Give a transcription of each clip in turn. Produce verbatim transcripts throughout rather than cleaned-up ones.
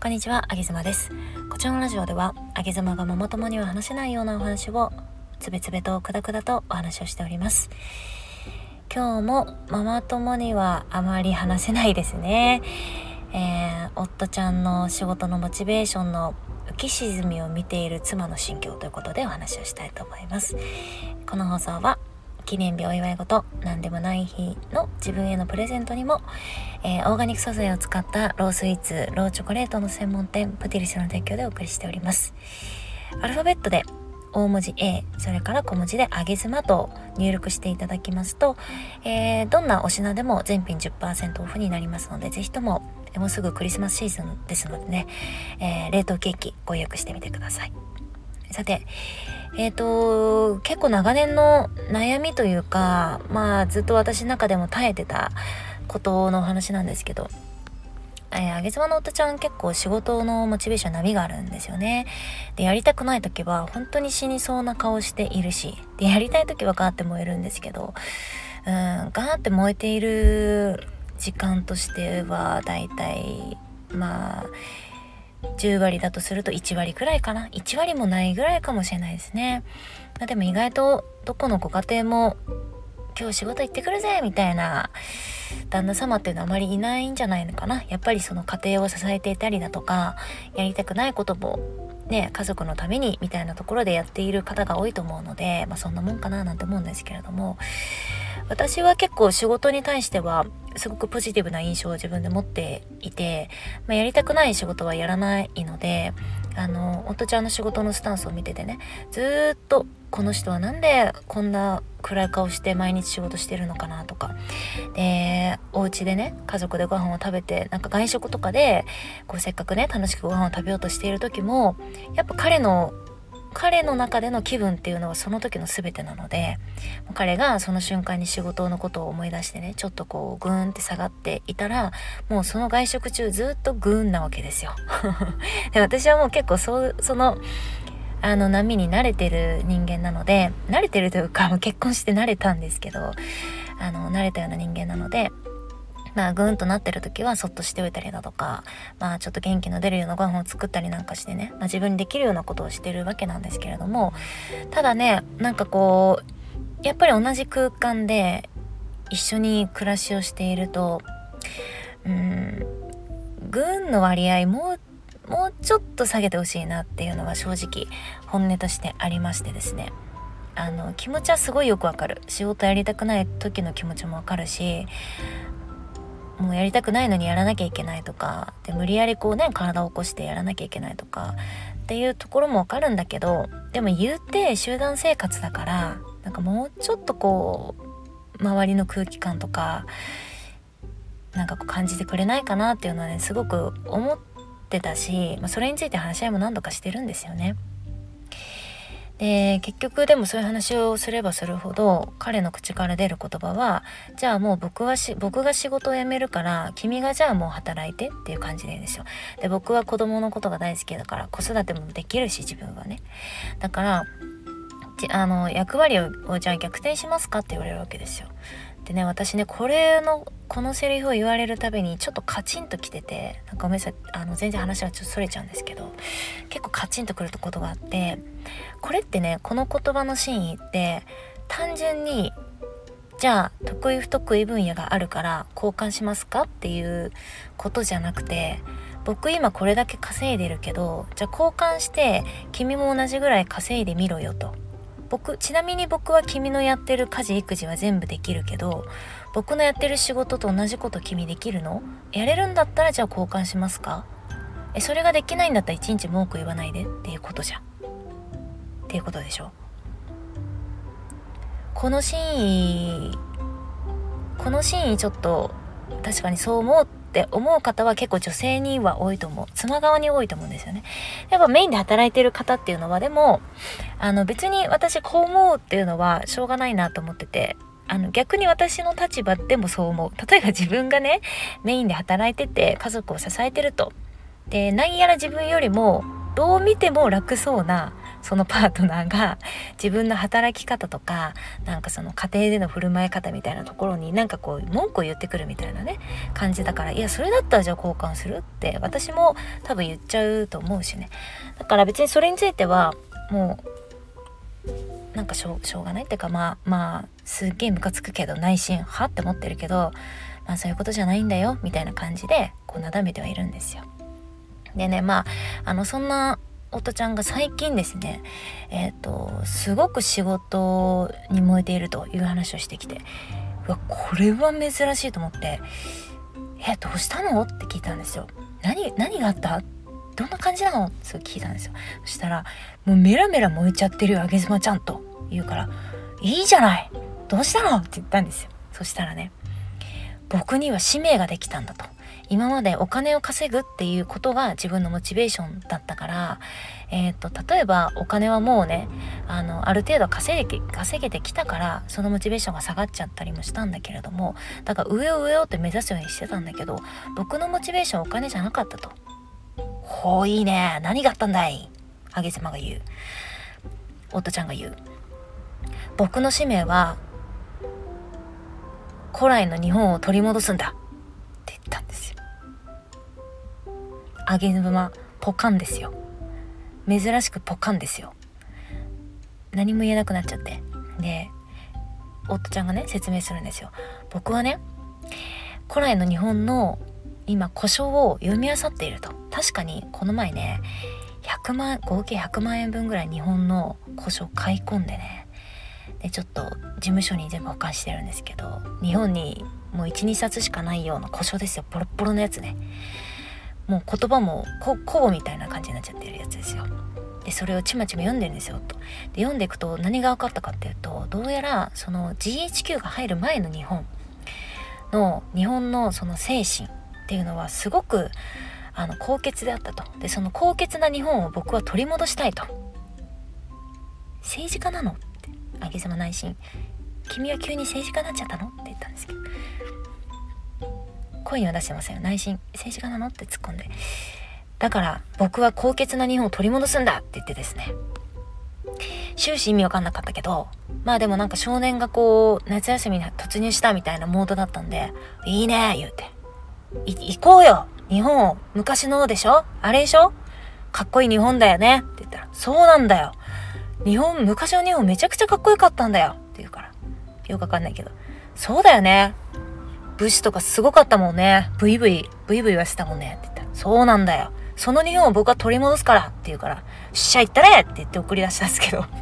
こんにちは、あげずまです。こちらのラジオではあげずまがママ友には話せないようなお話をつべつべとくだくだとお話をしております。今日もママ友にはあまり話せないですね。えー、夫ちゃんの仕事のモチベーションの浮き沈みを見ている妻の心境ということでお話をしたいと思います。この放送は記念日、お祝い事、何でもない日の自分へのプレゼントにも、えー、オーガニック素材を使ったロースイーツ、ローチョコレートの専門店プティリスの提供でお送りしております。アルファベットで大文字 A、それから小文字であげずまと入力していただきますと、えー、どんなお品でも全品 じゅっパーセント オフになりますので、ぜひとももうすぐクリスマスシーズンですのでね、えー、冷凍ケーキご予約してみてください。さて、えーと、結構長年の悩みというか、まあずっと私の中でも耐えてたことのお話なんですけど、えー、あげずまの夫ちゃん結構仕事のモチベーション波があるんですよね。で、やりたくない時は本当に死にそうな顔しているし、で、やりたい時はガーって燃えるんですけど、うん、ガーって燃えている時間としてはだいたいまあじゅう割だとするといち割くらいかな。いち割もないぐらいかもしれないですね。まあ、でも意外とどこのご家庭も今日仕事行ってくるぜみたいな旦那様っていうのはあまりいないんじゃないのかな。やっぱりその家庭を支えていたりだとか、やりたくないこともね、家族のためにみたいなところでやっている方が多いと思うので、まあそんなもんかななんて思うんですけれども、私は結構仕事に対してはすごくポジティブな印象を自分で持っていて、まあ、やりたくない仕事はやらないので、あの夫ちゃんの仕事のスタンスを見ててね、ずーっとこの人はなんでこんな暗い顔して毎日仕事してるのかなとか、でお家でね家族でご飯を食べて、なんか外食とかでこうせっかくね楽しくご飯を食べようとしている時も、やっぱ彼の彼の中での気分っていうのはその時の全てなので、彼がその瞬間に仕事のことを思い出してね、ちょっとこうグーンって下がっていたら、もうその外食中ずっとグーンなわけですよで、私はもう結構そうそのあの波に慣れてる人間なので、慣れてるというかもう結婚して慣れたんですけど、あの慣れたような人間なので、まあグーンとなってる時はそっとしておいたりだとか、まあちょっと元気の出るようなご飯を作ったりなんかしてね、まあ、自分にできるようなことをしてるわけなんですけれども、ただね、なんかこうやっぱり同じ空間で一緒に暮らしをしていると、うーんグーンの割合もうもうちょっと下げてほしいなっていうのは正直本音としてありましてですね、あの気持ちはすごいよくわかる。仕事やりたくない時の気持ちもわかるし、もうやりたくないのにやらなきゃいけないとかで、無理やりこうね体を起こしてやらなきゃいけないとかっていうところもわかるんだけど、でも言うて集団生活だから、なんかもうちょっとこう周りの空気感とかなんかこう感じてくれないかなっていうのはね、すごく思ってたし、まあ、それについて話し合いも何度かしてるんですよね。で結局でもそういう話をすればするほど彼の口から出る言葉は、じゃあもう僕はし僕が仕事を辞めるから君がじゃあもう働いてっていう感じで言うんですよ。で僕は子供のことが大好きだから子育てもできるし自分はね、だからあの役割をじゃあ逆転しますかって言われるわけですよ。でね、私ねこれのこのセリフを言われるたびにちょっとカチンときてて、なんかごめんなさい、あの全然話はちょっとそれちゃうんですけど、結構カチンとくることがあって、これってね、この言葉の真意って単純にじゃあ得意不得意分野があるから交換しますかっていうことじゃなくて、僕今これだけ稼いでるけど、じゃあ交換して君も同じぐらい稼いでみろよと。僕ちなみに僕は君のやってる家事育児は全部できるけど、僕のやってる仕事と同じこと君できるの？やれるんだったらじゃあ交換しますか？えそれができないんだったら一日文句言わないでっていうことじゃんっていうことでしょ。この真意この真意ちょっと確かにそう思うって思う方は結構女性には多いと思う。妻側に多いと思うんですよね。やっぱメインで働いてる方っていうのは、でもあの別に私こう思うっていうのはしょうがないなと思ってて、あの逆に私の立場でもそう思う。例えば自分がねメインで働いてて家族を支えてると、で何やら自分よりもどう見ても楽そうなそのパートナーが自分の働き方とかなんかその家庭での振る舞い方みたいなところになんかこう文句を言ってくるみたいなね感じだから、いやそれだったらじゃあ交換するって私も多分言っちゃうと思うしね。だから別にそれについてはもうなんかしょう、しょうがないっていうか、まあまあすっげえムカつくけど内心はって思ってるけど、まあそういうことじゃないんだよみたいな感じでこうなだめてはいるんですよ。でね、まああのそんな夫ちゃんが最近ですね、えっとすごく仕事に燃えているという話をしてきて、うわこれは珍しいと思って、えどうしたのって聞いたんですよ。何何があった？どんな感じなの？そう聞いたんですよ。そしたらもうメラメラ燃えちゃってるよあげずまちゃんと言うから、いいじゃないどうしたのって言ったんですよ。そしたらね、僕には使命ができたんだと。今までお金を稼ぐっていうことが自分のモチベーションだったから、えー、と例えばお金はもうね あのある程度稼いで稼げてきたからそのモチベーションが下がっちゃったりもしたんだけれども、だから上を上をって目指すようにしてたんだけど、僕のモチベーションはお金じゃなかったと。ほういいね、何があったんだい、あげ様が言う。夫ちゃんが言う。僕の使命は古来の日本を取り戻すんだって言ったんですよ。あげ妻ポカンですよ。珍しくポカンですよ。何も言えなくなっちゃって、で夫ちゃんがね説明するんですよ。僕はね古来の日本の今古書を読み漁っていると。確かにこの前ねひゃくまん合計ひゃくまんえんぶんぐらい日本の古書を買い込んでね、でちょっと事務所に全部保管してるんですけど、日本にもう いち,に 冊しかないような古書ですよ。ボロッボロのやつね。もう言葉も古語みたいな感じになっちゃってるやつですよ。でそれをちまちま読んでるんですよと。で読んでいくと何が分かったかっていうと、どうやらその ジーエイチキュー が入る前の日本の日本のその精神っていうのはすごくあの高潔であったと。でその高潔な日本を僕は取り戻したいと。政治家なのってあげ様内心、君は急に政治家になっちゃったのって言ったんですけど、声には出してませんよ。内心政治家なのって突っ込んで、だから僕は高潔な日本を取り戻すんだって言ってですね、終始意味わかんなかったけど、まあでもなんか少年がこう夏休みに突入したみたいなモードだったんで、いいね言うて、い行こうよ日本、昔のでしょ、あれでしょ、かっこいい日本だよねって言ったら、そうなんだよ日本、昔の日本めちゃくちゃかっこよかったんだよって言うから、よくわかんないけど、そうだよね武士とかすごかったもんね、ブイブイブイブイはしたもんねって言ったら、そうなんだよその日本を僕は取り戻すからって言うから、よっしゃ行ったねって言って送り出したんですけど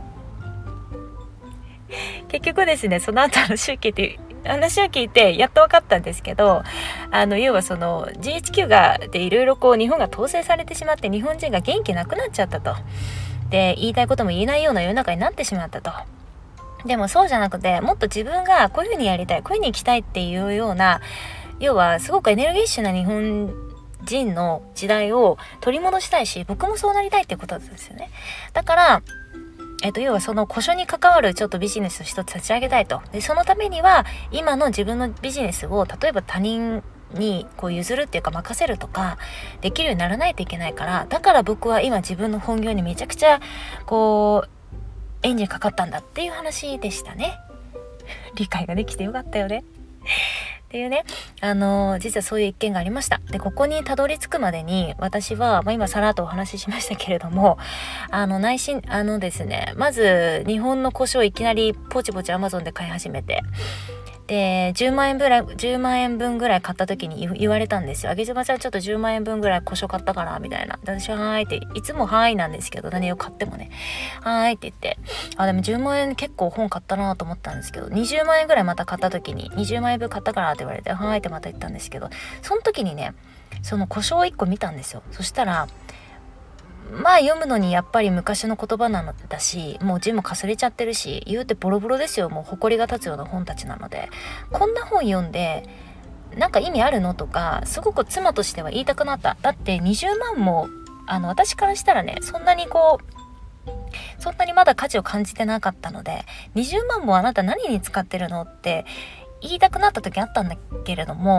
結局ですね、その後の集計って話を聞いてやっと分かったんですけど、あの要はその ジーエイチキュー がでいろいろこう日本が統制されてしまって、日本人が元気なくなっちゃったと。で言いたいことも言えないような世の中になってしまったと。でもそうじゃなくて、もっと自分がこういう風にやりたい、こういう風に生きたいっていうような、要はすごくエネルギッシュな日本人の時代を取り戻したいし、僕もそうなりたいっていうことですよね。だからえっと、要はその古書に関わるちょっとビジネスを一つ立ち上げたいと。でそのためには今の自分のビジネスを例えば他人にこう譲るっていうか任せるとかできるようにならないといけないから、だから僕は今自分の本業にめちゃくちゃこうエンジンかかったんだっていう話でしたね。理解ができてよかったよねっていうね、あのー、実はそういう一件がありました。でここにたどり着くまでに私は、まあ、今さらっとお話ししましたけれども、あの内心あのですね、まず日本の古書をいきなりポチポチ Amazon で買い始めて、でじゅうまんえんぐらいじゅうまんえんぶんぐらい買った時に言われたんですよ。あげずまちゃんちょっとじゅうまんえんぶんぐらい古書買ったからみたいな。私ははーいって、いつもはーいなんですけど、何を買ってもねはーいって言って、あでもじゅうまんえん結構本買ったなと思ったんですけど、にじゅうまんえんぐらいまた買った時ににじゅうまんえんぶん買ったからって言われてはーいってまた言ったんですけど、その時にねその古書をいっこ見たんですよ。そしたらまあ読むのにやっぱり昔の言葉なのだし、もう字もかすれちゃってるし、言うてボロボロですよ。もう埃が立つような本たちなので、こんな本読んでなんか意味あるのとかすごく妻としては言いたくなった。だってにじゅうまんもあの私からしたらね、そんなにこうそんなにまだ価値を感じてなかったので、にじゅうまんもあなた何に使ってるのって言いたくなった時あったんだけれども、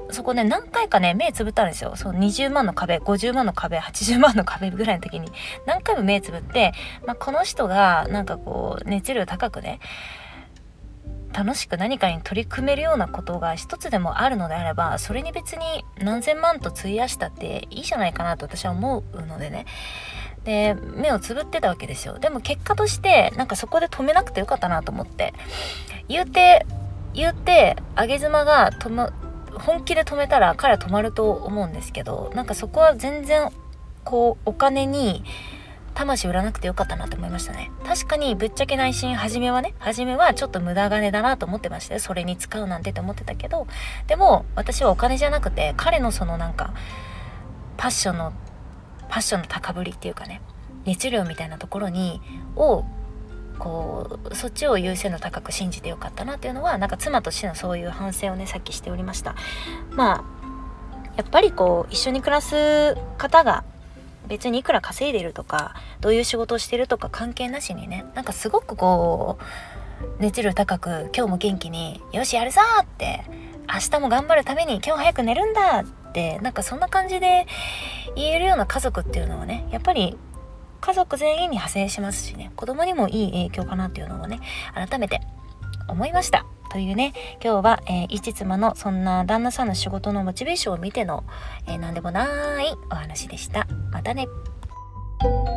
そこね何回かね目つぶったんですよ。そうにじゅうまんの壁、ごじゅうまんの壁、はちじゅうまんの壁ぐらいの時に何回も目つぶって、まあ、この人がなんかこう熱量高くね楽しく何かに取り組めるようなことが一つでもあるのであれば、それに別に何千万と費やしたっていいじゃないかなと私は思うのでね。で目をつぶってたわけですよ。でも結果としてなんかそこで止めなくてよかったなと思って、言うて言うて上げ妻が止ま本気で止めたら彼は止まると思うんですけど、なんかそこは全然こうお金に魂売らなくてよかったなと思いましたね。確かにぶっちゃけ内心初めはね初めはちょっと無駄金だなと思ってましたよ。それに使うなんてと思ってたけど、でも私はお金じゃなくて彼のそのなんかパッションのパッションの高ぶりっていうかね、熱量みたいなところにをこうそっちを優先度高く信じてよかったなっていうのは、なんか妻としてのそういう反省をねさっきしておりました。まあやっぱりこう一緒に暮らす方が別にいくら稼いでるとかどういう仕事をしてるとか関係なしにね、なんかすごくこう熱量高く今日も元気によしやるぞーって明日も頑張るために今日早く寝るんだってなんかそんな感じで言えるような家族っていうのはね、やっぱり家族全員に派生しますしね、子供にもいい影響かなっていうのをね改めて思いましたというね、今日は、えー、一妻のそんな旦那さんの仕事のモチベーションを見ての、えー、何でもないお話でした。またね。